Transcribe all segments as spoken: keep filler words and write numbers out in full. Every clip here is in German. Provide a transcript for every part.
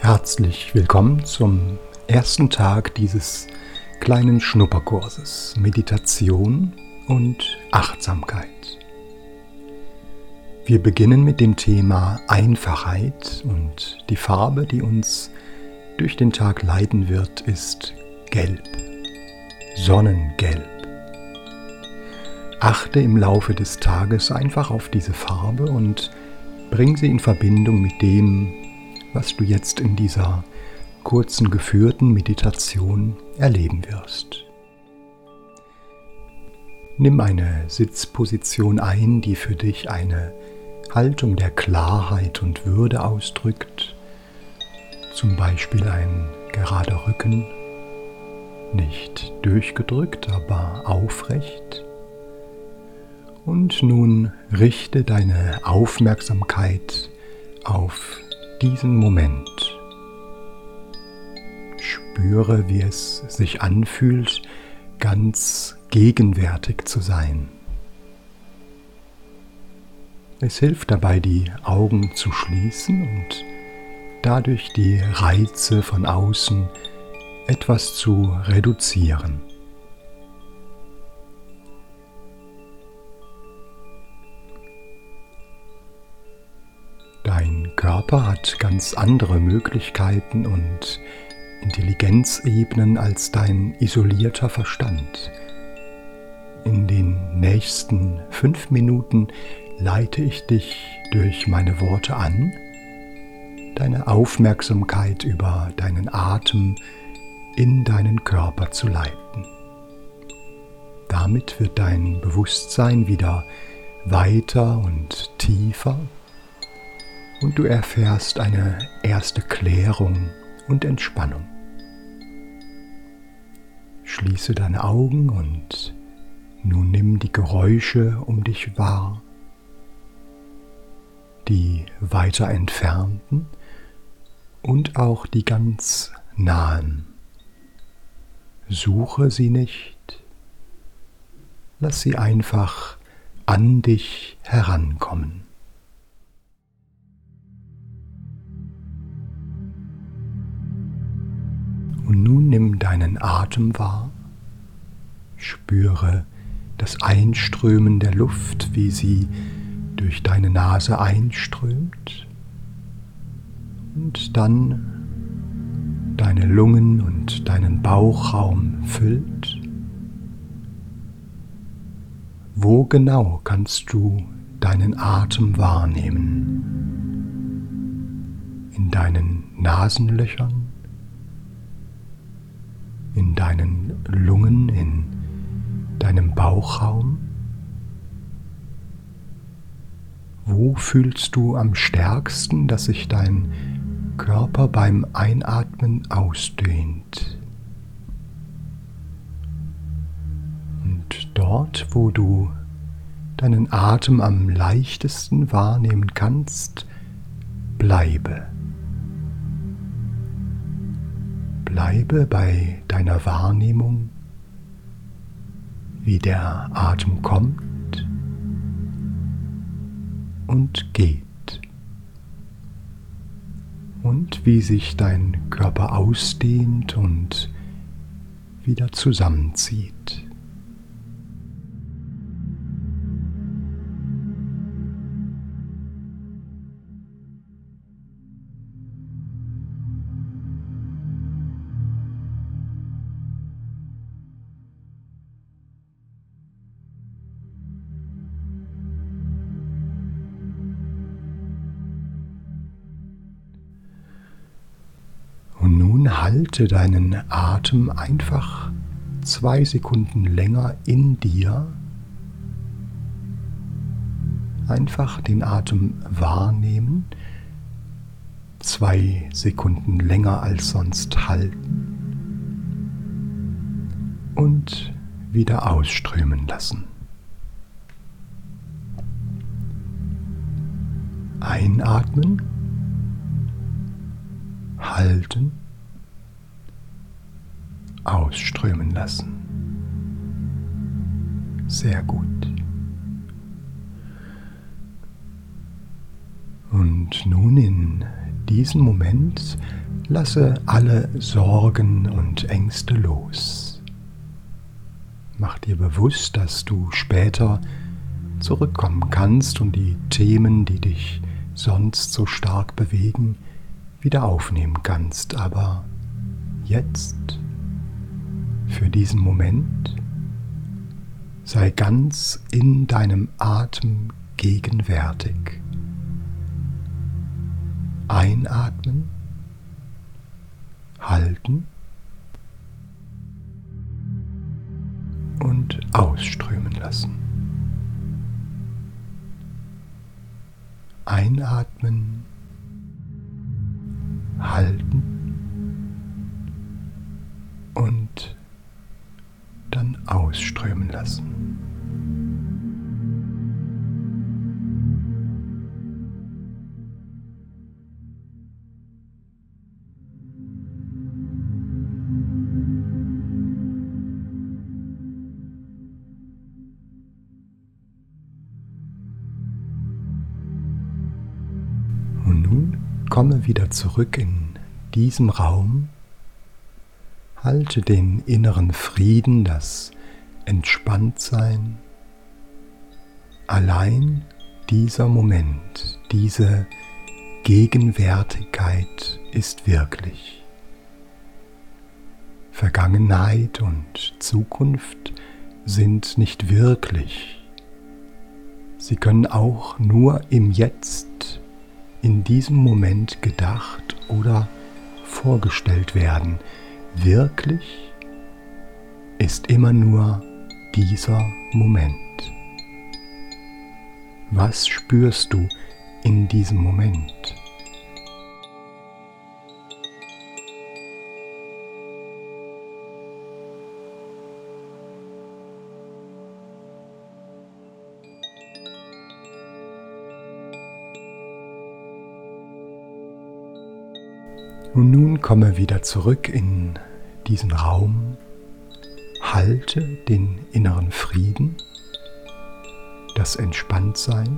Herzlich willkommen zum ersten Tag dieses kleinen Schnupperkurses Meditation und Achtsamkeit. Wir beginnen mit dem Thema Einfachheit und die Farbe, die uns durch den Tag leiten wird, ist Gelb, Sonnengelb. Achte im Laufe des Tages einfach auf diese Farbe und bring sie in Verbindung mit dem, was du jetzt in dieser kurzen geführten Meditation erleben wirst. Nimm eine Sitzposition ein, die für dich eine Haltung der Klarheit und Würde ausdrückt, zum Beispiel ein gerader Rücken, nicht durchgedrückt, aber aufrecht. Und nun richte deine Aufmerksamkeit auf diesen Moment. Spüre, wie es sich anfühlt, ganz gegenwärtig zu sein. Es hilft dabei, die Augen zu schließen und dadurch die Reize von außen etwas zu reduzieren. Dein Körper hat ganz andere Möglichkeiten und Intelligenzebenen als dein isolierter Verstand. In den nächsten fünf Minuten leite ich dich durch meine Worte an, deine Aufmerksamkeit über deinen Atem in deinen Körper zu leiten. Damit wird dein Bewusstsein wieder weiter und tiefer und du erfährst eine erste Klärung und Entspannung. Schließe deine Augen und nun nimm die Geräusche um dich wahr, die weiter entfernten und auch die ganz nahen. Suche sie nicht, lass sie einfach an dich herankommen. Und nun nimm deinen Atem wahr, spüre das Einströmen der Luft, wie sie durch deine Nase einströmt und dann deine Lungen und deinen Bauchraum füllt. Wo genau kannst du deinen Atem wahrnehmen? In deinen Nasenlöchern? In deinen Lungen, in deinem Bauchraum? Wo fühlst du am stärksten, dass sich dein Körper beim Einatmen ausdehnt? Und dort, wo du deinen Atem am leichtesten wahrnehmen kannst, bleibe. Bleibe bei deiner Wahrnehmung, wie der Atem kommt und geht und wie sich dein Körper ausdehnt und wieder zusammenzieht. Und nun halte deinen Atem einfach zwei Sekunden länger in dir. Einfach den Atem wahrnehmen, zwei Sekunden länger als sonst halten und wieder ausströmen lassen. Einatmen. Halten, ausströmen lassen. Sehr gut. Und nun in diesem Moment Lasse alle Sorgen und Ängste los. Mach dir bewusst, dass du später zurückkommen kannst und die Themen, die dich sonst so stark bewegen, wieder aufnehmen kannst. Aber jetzt, für diesen Moment, sei ganz in deinem Atem gegenwärtig. Einatmen, halten und ausströmen lassen. Einatmen, halten und dann ausströmen lassen. Und nun komme wieder zurück in diesem Raum. Halte den inneren Frieden, das Entspanntsein. Allein dieser Moment, diese Gegenwärtigkeit ist wirklich. Vergangenheit und Zukunft sind nicht wirklich. Sie können auch nur im Jetzt, in diesem Moment gedacht oder vorgestellt werden. Wirklich ist immer nur dieser Moment. Was spürst du in diesem Moment? Und nun komme wieder zurück in diesen Raum, halte den inneren Frieden, das Entspanntsein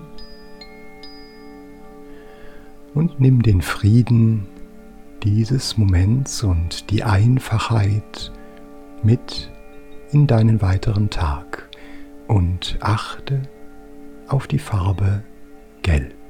und nimm den Frieden dieses Moments und die Einfachheit mit in deinen weiteren Tag und achte auf die Farbe Gelb.